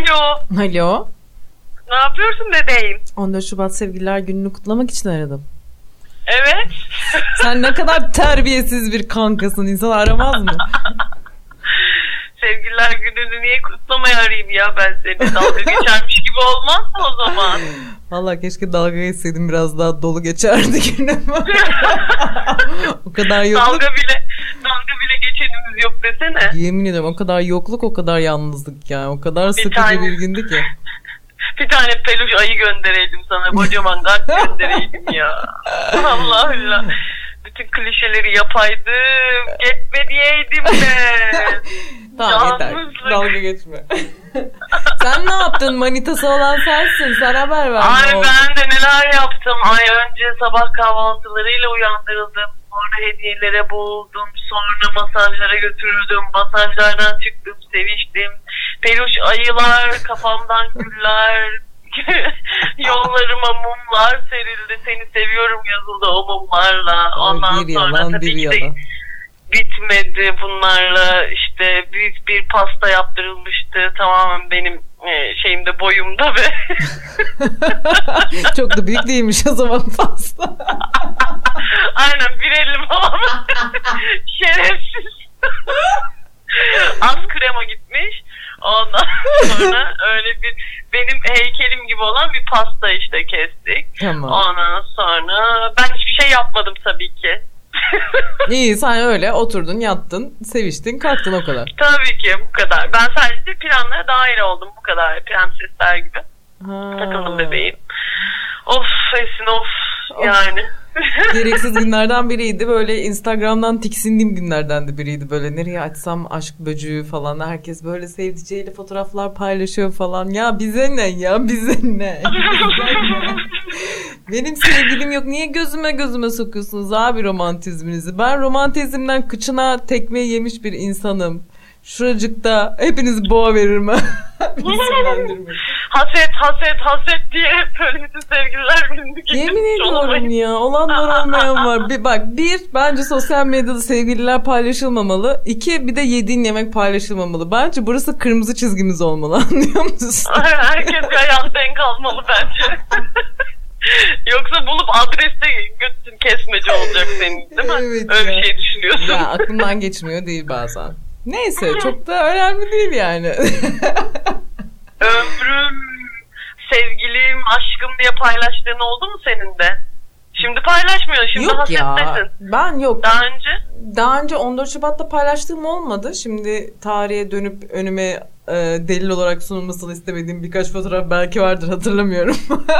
Alo. Alo. Ne yapıyorsun bebeğim? 14 Şubat Sevgililer Günü'nü kutlamak için aradım. Evet. Sen ne kadar terbiyesiz bir kankasın. İnsan aramaz mı? Sevgililer Günü'nü niye kutlamaya arayayım ya ben seni? Dalga geçermiş gibi olmaz mı o zaman? Vallahi keşke dalga geçseydim, biraz daha dolu geçerdi günüm. O kadar yokluk. Dalga bile geçenimiz yok desene. Yemin ediyorum o kadar yokluk, o kadar yalnızlık yani. O kadar sıkıcı bir gündü ki. Bir tane peluş ayı göndereydim sana. Kocaman kalp göndereydim ya. Allah Allah. Bütün klişeleri yapaydım. Gitme diyeydim ben. Tamam yeter. Dalga geçme. Sen ne yaptın? Manitası olan sensin. Sen haber ver. Ay ben de neler yaptım. Ay önce sabah kahvaltılarıyla uyandırıldım. Sonra hediyelere boğuldum. Sonra masajlara götürüldüm. Masajlardan çıktım. Seviştim. Peluş ayılar, kafamdan güller. Yollarıma mumlar serildi. Seni seviyorum yazıldı o mumlarla. Ondan bir sonra yalan, tabii bir ki de yalan. bitmedi bunlarla. İşte büyük bir pasta yaptırılmıştı. Tamamen benim şeyimde, boyumda ve çok da büyük değilmiş o zaman pasta. aynen 1.50 falan. Şerefsiz. Az krema gitmiş. Ondan sonra öyle bir benim heykelim gibi olan bir pasta işte kestik. Tamam. Ondan sonra ben hiçbir şey yapmadım tabii ki. İyi, sen öyle oturdun, yattın, seviştin, kalktın, o kadar. Tabii ki bu kadar. Ben sadece planlara dahil oldum, bu kadar. Prensesler gibi. Takıldım bebeğim. Of Esin of yani. Gereksiz günlerden biriydi. Böyle Instagram'dan tiksindiğim günlerden de biriydi. Böyle nereye açsam aşk böcüğü falan. Herkes böyle sevdiceğiyle fotoğraflar paylaşıyor falan. Ya bize ne ya, bize ne? Benim sevgilim yok. Niye gözüme sokuyorsunuz abi romantizminizi? Ben romantizmden kıçına tekme yemiş bir insanım. Şuracıkta hepinizi boğa veririm. Haset diye böyle bütün sevgililer gününü yemin ediyorum ya, olan var olmayan var. Bence sosyal medyada sevgililer paylaşılmamalı. 2, bir de yediğin yemek paylaşılmamalı. Bence burası kırmızı çizgimiz olmalı, anlıyor musun? Herkes bir ayağını denk almalı bence. Yoksa bulup adreste götün kesmece olacak senin, değil mi? Evet öyle ya. bir şey düşünüyorsun. Ya aklımdan geçmiyor değil bazen. Neyse, çok da önemli değil yani. Ömrüm, sevgilim, aşkım diye paylaştığın oldu mu senin de? Şimdi paylaşmıyor. Şimdi yok hasettesin. Ya. Ben yok. Daha önce 14 Şubat'ta paylaştığım olmadı. Şimdi tarihe dönüp önüme delil olarak sunulmasını istemediğim birkaç fotoğraf belki vardır, hatırlamıyorum.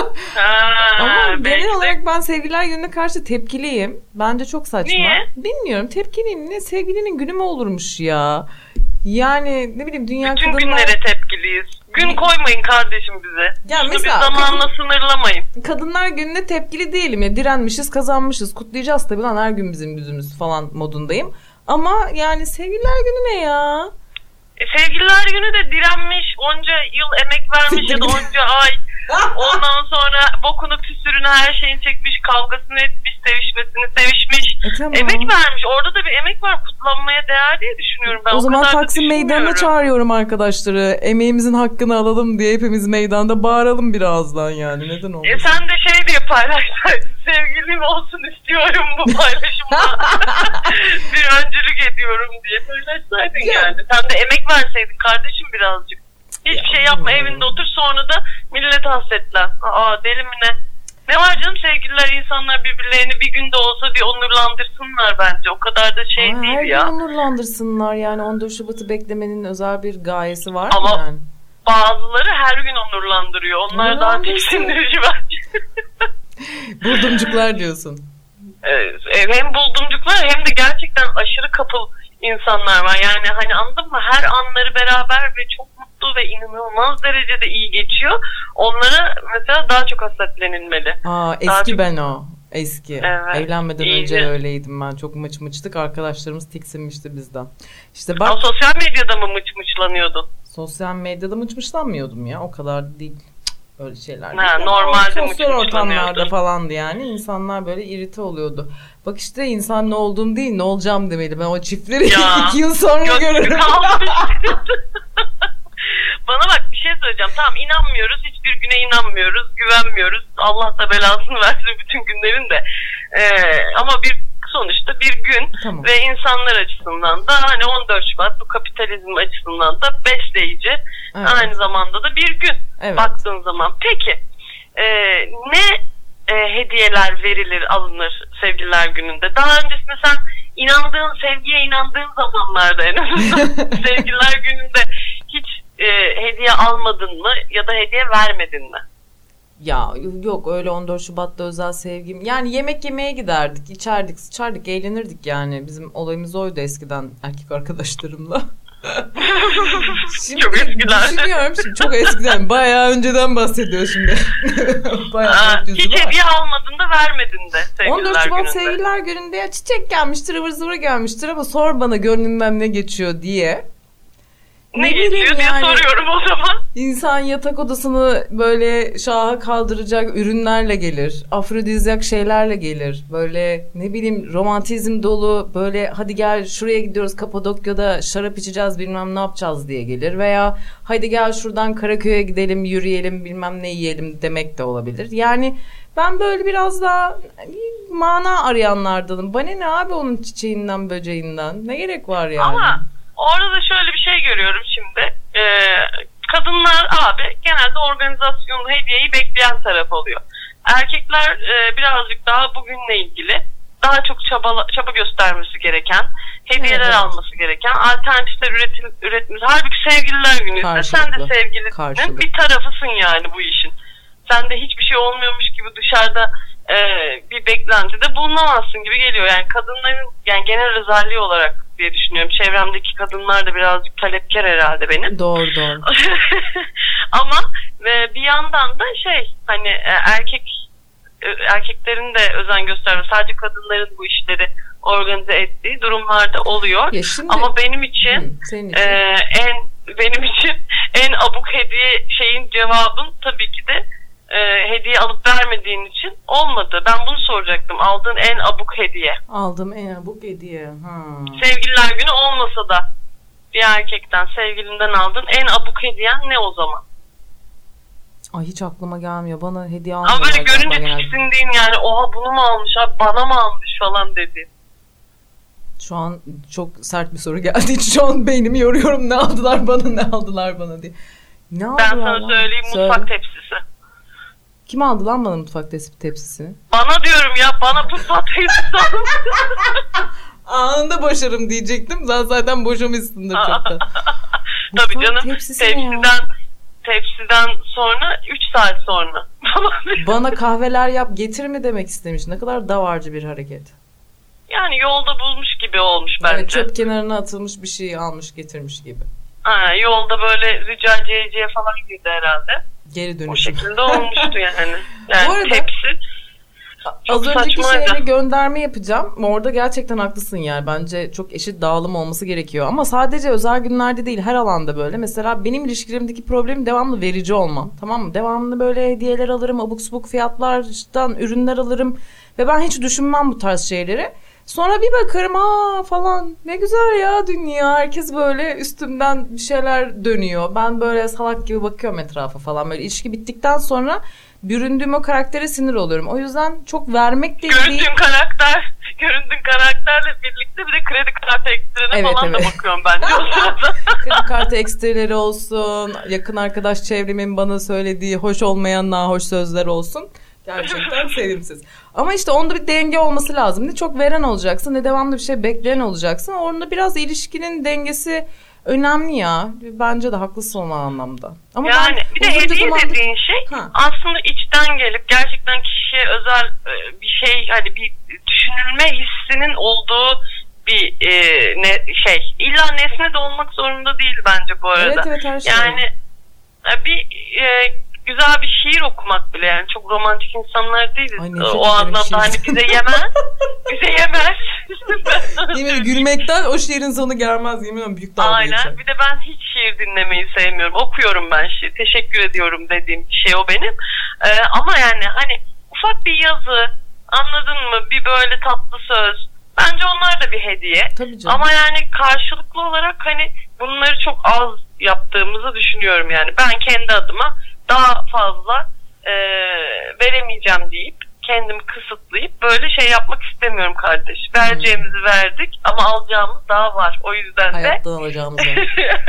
Ama genel olarak ben Sevgililer Günü'ne karşı tepkiliyim. Bence çok saçma. Niye? Bilmiyorum, tepkiliyim. Ne sevgilinin günü mü olurmuş ya? Yani ne bileyim, dünya bütün kadınlar... günlere tepkiliyiz. Gün koymayın kardeşim bize. Ya şunu mesela bir zamanla sınırlamayın. Kadınlar Günü'ne tepkili değilim ya. Direnmişiz, kazanmışız. Kutlayacağız tabii lan, her gün bizim yüzümüz falan modundayım. Ama yani Sevgililer Günü ne ya? Sevgililer Günü de direnmiş, onca yıl emek vermiş ya da onca ay. Ondan sonra bokunu püsürünü her şeyini çekmiş, kavgasını etmiş, sevişmiş. Tamam. Emek vermiş. Orada da bir emek var, kutlanmaya değer diye düşünüyorum ben. O zaman Taksim Meydanı'na çağırıyorum arkadaşları. Emeğimizin hakkını alalım diye hepimiz meydanda bağıralım birazdan yani. Neden olmasın? Sen de şey diye paylaşsaydın. Sevgilim olsun istiyorum bu paylaşımda. Bir öncülük ediyorum diye paylaşsaydın yani. Sen de emek verseydin kardeşim birazcık. Hiçbir şey yapma, evinde otur, sonra da millet hasretlen. Deli mi ne? Ne var canım, sevgililer, insanlar birbirlerini bir günde olsa bir onurlandırsınlar bence. O kadar da şey değil her ya. Her gün onurlandırsınlar yani, 14 Şubat'ı beklemenin özel bir gayesi var ama yani. Bazıları her gün onurlandırıyor. Onlar daha tiksindirici bence. Buldumcuklar diyorsun. Hem buldumcuklar hem de gerçekten aşırı couple insanlar var. Yani hani anladın mı? Her anları beraber ve çok mutlu ve inanılmaz derecede iyi geçiyor. Onlara mesela daha çok hasretlenilmeli. Eski ben o. Eski. Evet, Evlenmeden iyice. önce öyleydim ben. Çok mıçtık. Arkadaşlarımız tiksinmişti bizden. İşte bak. Ama sosyal medyada mı mıçlanıyordun? Sosyal medyada mıçlanmıyordum ya. O kadar değil. Öyle şeyler. Normalde sosyal ortamlarda falandı yani. İnsanlar böyle irite oluyordu. Bak işte, insan ne olduğum değil, ne olacağım demeli. Ben o çiftleri 2 yıl sonra görürüm. Bana bak, bir şey şey söyleyeceğim. Tamam, inanmıyoruz. Hiçbir güne inanmıyoruz. Güvenmiyoruz. Allah da belasını versin bütün günlerin de. Ama sonuçta bir gün, tamam. Ve insanlar açısından da hani 14 Şubat bu kapitalizm açısından da besleyici. Evet. Aynı zamanda da bir gün, evet. Baktığın zaman. Peki ne hediyeler verilir, alınır Sevgililer Günü'nde? Daha öncesinde sen sevgiye inandığın zamanlarda en azından Sevgililer Günü'nde hiç hediye almadın mı ya da hediye vermedin mi? Ya yok, öyle 14 Şubat'ta özel sevgim. Yani yemek yemeye giderdik, içerdik, sıçardık, eğlenirdik yani. Bizim olayımız oydu eskiden erkek arkadaşlarımla. Şimdi çok eskiden. Düşünüyorum şimdi, çok eskiden. Bayağı önceden bahsediyor şimdi. Hiç hediye almadın da vermedin de 14 Şubat Sevgililer Günü'nde ya çiçek gelmiştir, ıvır zıvır gelmiştir ama sor bana gönlümden ne geçiyor diye. Ne geçiyor diye yani, soruyorum o zaman. İnsan yatak odasını böyle şaha kaldıracak ürünlerle gelir. Afrodizyak şeylerle gelir. Böyle ne bileyim romantizm dolu, böyle hadi gel şuraya gidiyoruz Kapadokya'da şarap içeceğiz bilmem ne yapacağız diye gelir. Veya hadi gel şuradan Karaköy'e gidelim yürüyelim bilmem ne yiyelim demek de olabilir. Yani ben böyle biraz daha mana arayanlardanım. Bana ne abi onun çiçeğinden böceğinden, ne gerek var yani? Ama orada da şöyle bir şey görüyorum şimdi. Kadınlar abi genelde organizasyonlu hediyeyi bekleyen taraf oluyor. Erkekler birazcık daha bugünle ilgili daha çok çaba göstermesi gereken, hediyeler evet. Alması gereken, alternatifler üretmesi. Halbuki Sevgililer Günü'nde sen de sevgilisinin bir tarafısın yani bu işin. Sen de hiçbir şey olmuyormuş gibi dışarıda bir beklentide bulunamazsın gibi geliyor. Yani kadınların yani genel özelliği olarak diye düşünüyorum. Çevremdeki kadınlar da birazcık talepkar herhalde benim. Doğru. Ama bir yandan da hani erkeklerin de özen gösterdiği, sadece kadınların bu işleri organize ettiği durumlarda oluyor. Şimdi, ama benim için en abuk hediye cevabın tabii ki de hediye alıp vermediğin için olmadı. Ben bunu soracaktım. Aldığın en abuk hediye. Aldığım en abuk hediye. Sevgililer Günü olmasa da bir erkekten, sevgilinden aldığın en abuk hediyen ne o zaman? Ay hiç aklıma gelmiyor. Bana hediye almıyorlar. Ama böyle görünce tiksindiğin yani oha bunu mu almış abi, bana mı almış falan dediğin. Şu an çok sert bir soru geldiği için şu an beynimi yoruyorum. Ne aldılar bana diye. Ne aldılar ben sana söyleyeyim, mutfak tepsisi. Kim aldı lan bana mutfak tepsisini? Bana diyorum ya, bana mutfak tepsisi aldı. Anında boşarım diyecektim. Sen zaten boşamışsındır çoktan. Tabii canım. Tepsiden sonra 3 saat sonra. Bana kahveler yap getir mi demek istemiş. Ne kadar davarcı bir hareket. Yani yolda bulmuş gibi olmuş bence. Evet, çöp kenarına atılmış bir şey almış getirmiş gibi. Yolda böyle rica CC'ye falan girdi herhalde. Geri dönüşüm. O şekilde olmuştu yani. Bu arada tepsi az önceki şeyine gönderme yapacağım. Orada gerçekten haklısın yani. Bence çok eşit dağılım olması gerekiyor. Ama sadece özel günlerde değil, her alanda böyle. Mesela benim ilişkilerimdeki problemim devamlı verici olmam. Tamam mı? Devamlı böyle hediyeler alırım. Abuk subuk fiyatlardan ürünler alırım. Ve ben hiç düşünmem bu tarz şeyleri. Sonra bir bakarım falan ne güzel ya dünya, herkes böyle üstümden bir şeyler dönüyor. Ben böyle salak gibi bakıyorum etrafa falan, böyle ilişki bittikten sonra büründüğüm o karaktere sinir oluyorum. O yüzden çok vermek de Göründüğün karakterle birlikte bir de kredi kartı ekstrelerine falan da bakıyorum bence o sırada. Kredi kartı ekstreleri olsun, yakın arkadaş çevremin bana söylediği hoş olmayan nahoş sözler olsun. Gerçekten sevimsiz. Ama işte onda bir denge olması lazım. Ne çok veren olacaksın ne devamlı bir şey bekleyen olacaksın. Orada biraz ilişkinin dengesi önemli ya. Bence de haklısın o anlamda. Ama yani bir de hediye dediğin şey aslında içten gelip gerçekten kişiye özel bir şey, hani bir düşünülme hissinin olduğu bir şey. İlla nesne de olmak zorunda değil bence bu arada. Evet her şey. Yani bir güzel bir şiir okumak bile, yani çok romantik insanlar değiliz. O anlamda hani bize yemez. Yemin gülmekten o şiirin sonu gelmez, yemin ederim, büyük dalga geçer. Aynen. Bir de ben hiç şiir dinlemeyi sevmiyorum. Okuyorum ben şiir. Teşekkür ediyorum dediğim şey o benim. Ama yani hani ufak bir yazı, anladın mı? Bir böyle tatlı söz. Bence onlar da bir hediye. Tabii canım. Ama yani karşılıklı olarak hani bunları çok az yaptığımızı düşünüyorum yani. Ben kendi adıma daha fazla veremeyeceğim deyip kendimi kısıtlayıp böyle şey yapmak istemiyorum kardeş. Vereceğimizi verdik ama alacağımız daha var. O yüzden hayattan alacağımız var.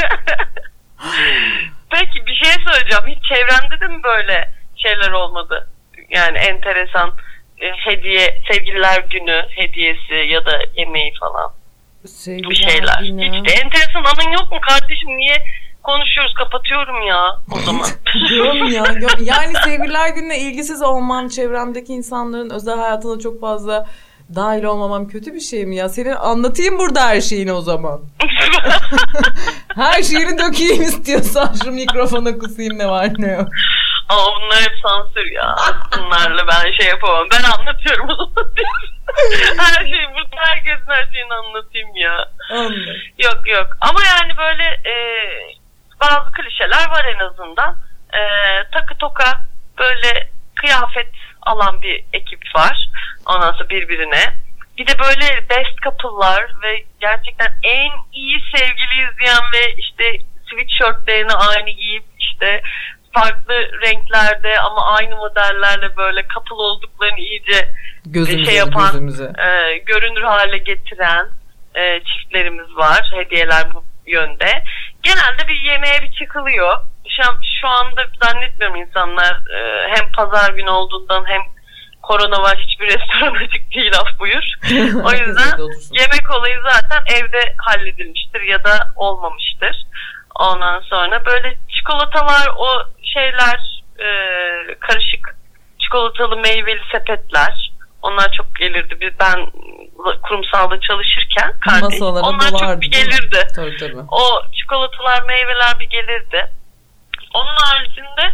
Peki bir şey söyleyeceğim. Hiç çevrende de mi böyle şeyler olmadı? Yani enteresan hediye, sevgililer günü hediyesi ya da yemeği falan. Bir şeyler. Hiç de enteresan anın yok mu kardeşim? Niye konuşuyoruz? Kapatıyorum ya o zaman. Diyorum ya. Yani sevgililer gününe ilgisiz olmam, çevremdeki insanların özel hayatına çok fazla dahil olmamam kötü bir şey mi ya? Senin anlatayım burada her şeyini o zaman. Her şeyini dökeyim istiyorsan şu mikrofona kusayım ne var ne yok. Ama bunlar hep sansür ya. Bunlarla ben şey yapamam. Ben anlatıyorum o zaman. Her şeyi burada herkesin her şeyini anlatayım ya. Anladım. Yok. Ama yani böyle bazı klişeler var en azından. Takı toka böyle kıyafet alan bir ekip var. Ondan sonra birbirine. Bir de böyle best couple'lar ve gerçekten en iyi sevgili izleyen ve işte sweatshirtlerini aynı giyip işte farklı renklerde ama aynı modellerle böyle couple olduklarını iyice gözümüze, şey yapan, görünür hale getiren çiftlerimiz var. Hediyeler bu yönde. Genelde bir yemeğe bir çıkılıyor. Şu anda zannetmiyorum insanlar hem pazar günü olduğundan hem korona var, hiçbir restoran açık değil, af buyur. O yüzden yemek olayı zaten evde halledilmiştir ya da olmamıştır. Ondan sonra böyle çikolatalar, o şeyler, karışık çikolatalı meyveli sepetler, onlar çok gelirdi. Ben kurumsalda çalışırken kardeş, onlar çok bir gelirdi. Tabii. O çikolatalar, meyveler bir gelirdi. Onun haricinde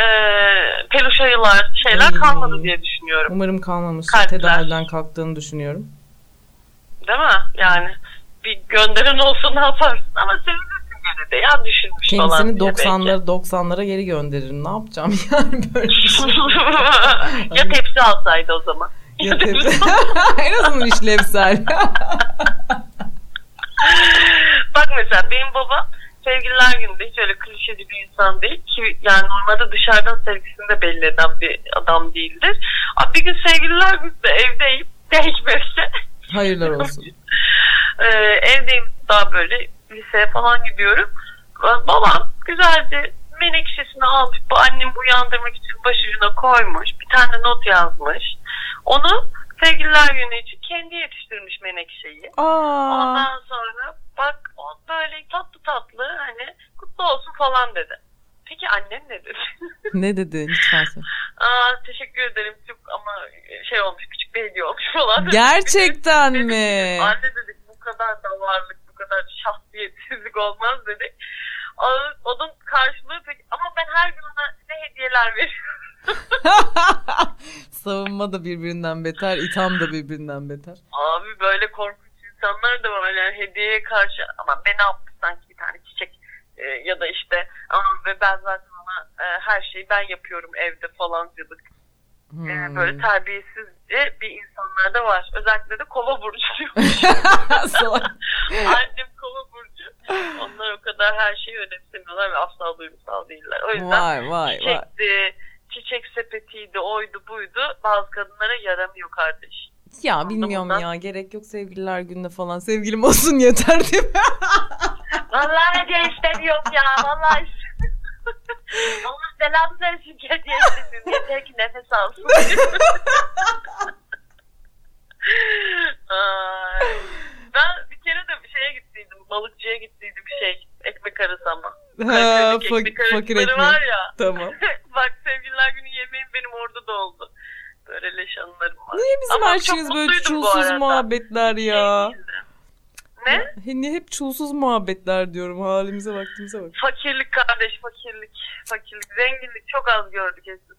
peluş ayılar, şeyler kalmadı diye düşünüyorum. Umarım kalmamıştır. Tedaviden kalktığını düşünüyorum. Değil mi? Yani bir gönderen olsa ne yaparsın? Ama sevinirsin gene de ya, düşünmüş kendisini falan. Kendisini 90'lara geri gönderirim. Ne yapacağım yani böyle bir şey. Ya tepsi alsaydı o zaman. Ya tepsi. En azından işlevsel. Bak mesela benim babam sevgililer gününde hiç öyle klişeci bir insan değil ki, yani normalde dışarıdan sevgisini de belli eden bir adam değildir. Abi bir gün sevgililer gününde evdeyim, değişmezse. Hayırlar olsun. Evdeyim, daha böyle liseye falan gidiyorum. Babam güzelce menekşesini almış, bu annemi uyandırmak için başucuna koymuş, bir tane not yazmış. Onu sevgililer günü için kendi yetiştirmiş menekşeyi. Ondan sonra bak o böyle tatlı hani kutlu olsun falan dedi. Peki annem ne dedi? Ne dedi? Lütfen söyle. Teşekkür ederim çok ama şey olmuş, küçük bir hediye olmuş falan. Gerçekten mi? Anne dedik bu kadar da varlık, bu kadar şahsiyetsizlik olmaz dedik. Onun karşılığı peki, ama ben her gün ona ne hediyeler veriyorum. Savunma da birbirinden beter, itham da birbirinden beter. Abi böyle korkunç insanlar da var yani hediyeye karşı, ama ben ne yaptım sanki bir tane çiçek ya da işte ama ben zaten ona her şeyi ben yapıyorum evde falancılık. Böyle terbiyesizce bir insanlar da var. Özellikle de kova burcu diyormuş. Annem kova burcu. Onlar o kadar her şeyi önemsemiyorlar ve asla duygusal değiller. O yüzden çiçekti, çiçek sepetiydi, oydu buydu. Bazı kadınlara yaramıyor kardeş. Ya bilmiyorum ya, gerek yok sevgililer gününe falan. Sevgilim olsun yeter değil mi? Vallahi hediye istemiyorum ya. Vallahi Allah belamı versin ki hediye istemiyorum. Yeter ki nefes alsın. Ben bir kere de bir şeye gittiydim. Balıkçıya gittiydim ekmek arası ama. Fakir ekmek. Var ya. Tamam. Bak sevgililer günü yemeğim benim orada da oldu. Böyle leş anılarım var. Niye bizim her şeyimiz böyle çulsuz muhabbetler ya? Ne? Niye hep çulsuz muhabbetler diyorum, halimize vaktimize bak. Fakirlik kardeş, fakirlik. Zenginlik çok az gördük kesin.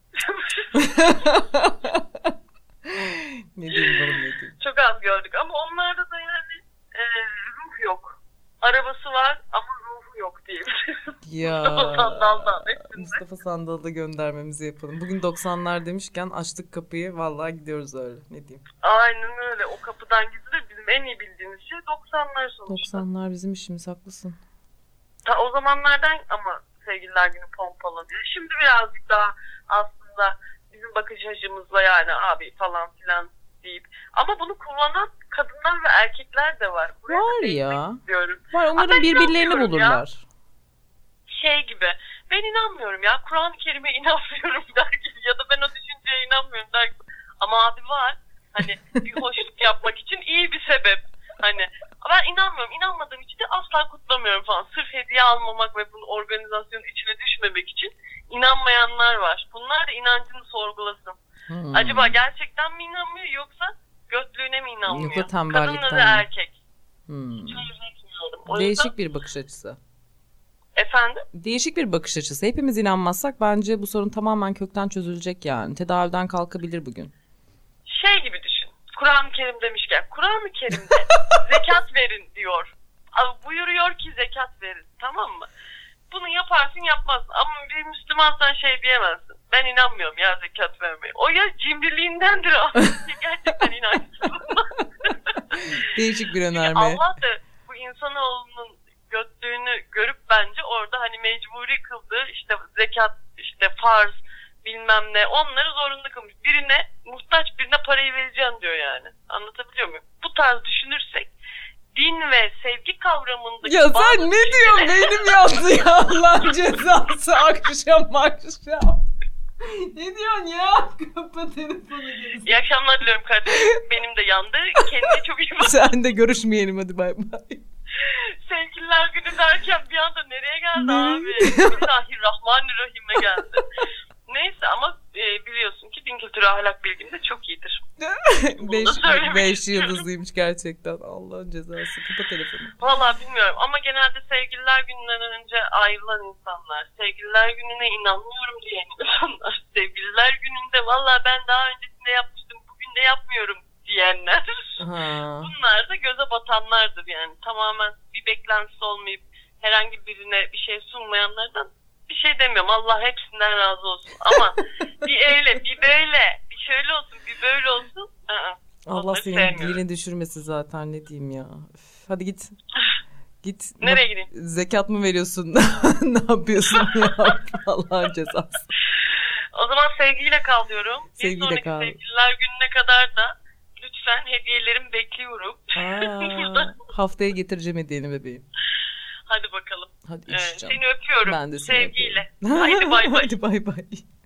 Ne diyeyim. Çok az gördük ama onlarda da yani ruh yok. Arabası var ama ruhu yok diyebiliriz. Ya. Mustafa Sandal'ı da göndermemizi yapalım. Bugün 90'lar demişken açtık kapıyı. Vallahi gidiyoruz öyle. Ne diyeyim. Aynen öyle. O kapıdan gidilir. Bizim en iyi bildiğimiz şey 90'lar sonuçta. 90'lar bizim işimiz, haklısın. O O zamanlardan ama sevgililer günü pompalanıyor. Şimdi birazcık daha aslında bizim bakış açımızla yani abi falan filan deyip. Ama bunu kullanan kadınlar ve erkekler de var. Buraya var ya. Istiyorum. Var, umarım birbirlerini bulurlar. Ya. Şey gibi. Ben inanmıyorum ya. Kur'an-ı Kerim'e inanmıyorum der gibi. Ya da ben o düşünceye inanmıyorum der gibi. Ama abi var. Hani bir hoşluk yapmak için iyi bir sebep. Hani ben inanmıyorum. İnanmadığım için de asla kutlamıyorum falan. Sırf hediye almamak ve bunun organizasyonun içine düşmemek için inanmayanlar var. Bunlar da inancını sorgulasın. Acaba gerçekten mi inanmıyor yoksa götlüğüne mi inanmıyor? Yoksa tembellikten. Kadın ve erkek. Değişik bir bakış açısı. Efendim? Değişik bir bakış açısı. Hepimiz inanmazsak bence bu sorun tamamen kökten çözülecek yani. Tedaviden kalkabilir bugün. Şey gibi düşün. Kur'an-ı Kerim demişken. Kur'an-ı Kerim'de zekat verin diyor. Buyuruyor ki zekat verin. Tamam mı? Bunu yaparsın yapmazsın. Ama bir Müslümansan şey diyemezsin. Ben inanmıyorum ya zekat vermeye. O ya cimriliğindendir aslında. Gerçekten inançsızlığından. Değişik bir önerme. Allah da bu insanoğlunun götlüğünü görüp bence orada hani mecburi kıldığı işte zekat, işte farz bilmem ne onları zorunlu kılmış. Birine muhtaç birine parayı vereceğim diyor yani. Anlatabiliyor muyum? Bu tarz düşünürsek din ve sevgi kavramındaki... Ya sen ne diyorsun? Benim yazdı ya Allah'ın cezası akşam. Ne diyorsun ya? Kapat telefonu. İyi akşamlar diliyorum kardeşim. Benim de yandı. Kendine çok iyi bak. Sen de görüşmeyelim hadi bay bay. Sevgililer günü derken bir anda nereye geldi abi? Bismillahirrahmanirrahim'e geldi. Neyse ama biliyorsun ki din kültürü ahlak bilgim de çok iyidir. 5 yıldızlıymış gerçekten. Allah'ın cezası. Kapat telefonu. Vallahi bilmiyorum ama genelde sevgililer gününden önce ayrılan insanlar, sevgililer gününe inanmıyorum diyen insanlar, sevgililer gününde vallahi ben daha öncesinde yapmıştım bugün de yapmıyorum diyenler. Bunlar da göze batanlardır yani. Tamamen bir beklentisi olmayıp herhangi birine bir şey sunmayanlardan bir şey demiyorum. Allah hepsinden razı olsun. Ama bir öyle, bir böyle, bir şöyle olsun, bir böyle olsun. Allah senin dilini düşürmesin zaten ne diyeyim ya. Üf, hadi git. Git. Nereye gideyim? Zekat mı veriyorsun? Ne yapıyorsun ya? Allah'ın cezası. O zaman sevgiyle kalıyorum. Bir sonraki sevgililer gününe kadar da lütfen hediyelerimi bekliyorum. Haftaya getireceğim hediyeni bebeğim. Hadi bakalım. Hadi seni öpüyorum. Ben de seni sevgiyle. Haydi bay bay. Hadi bay bay.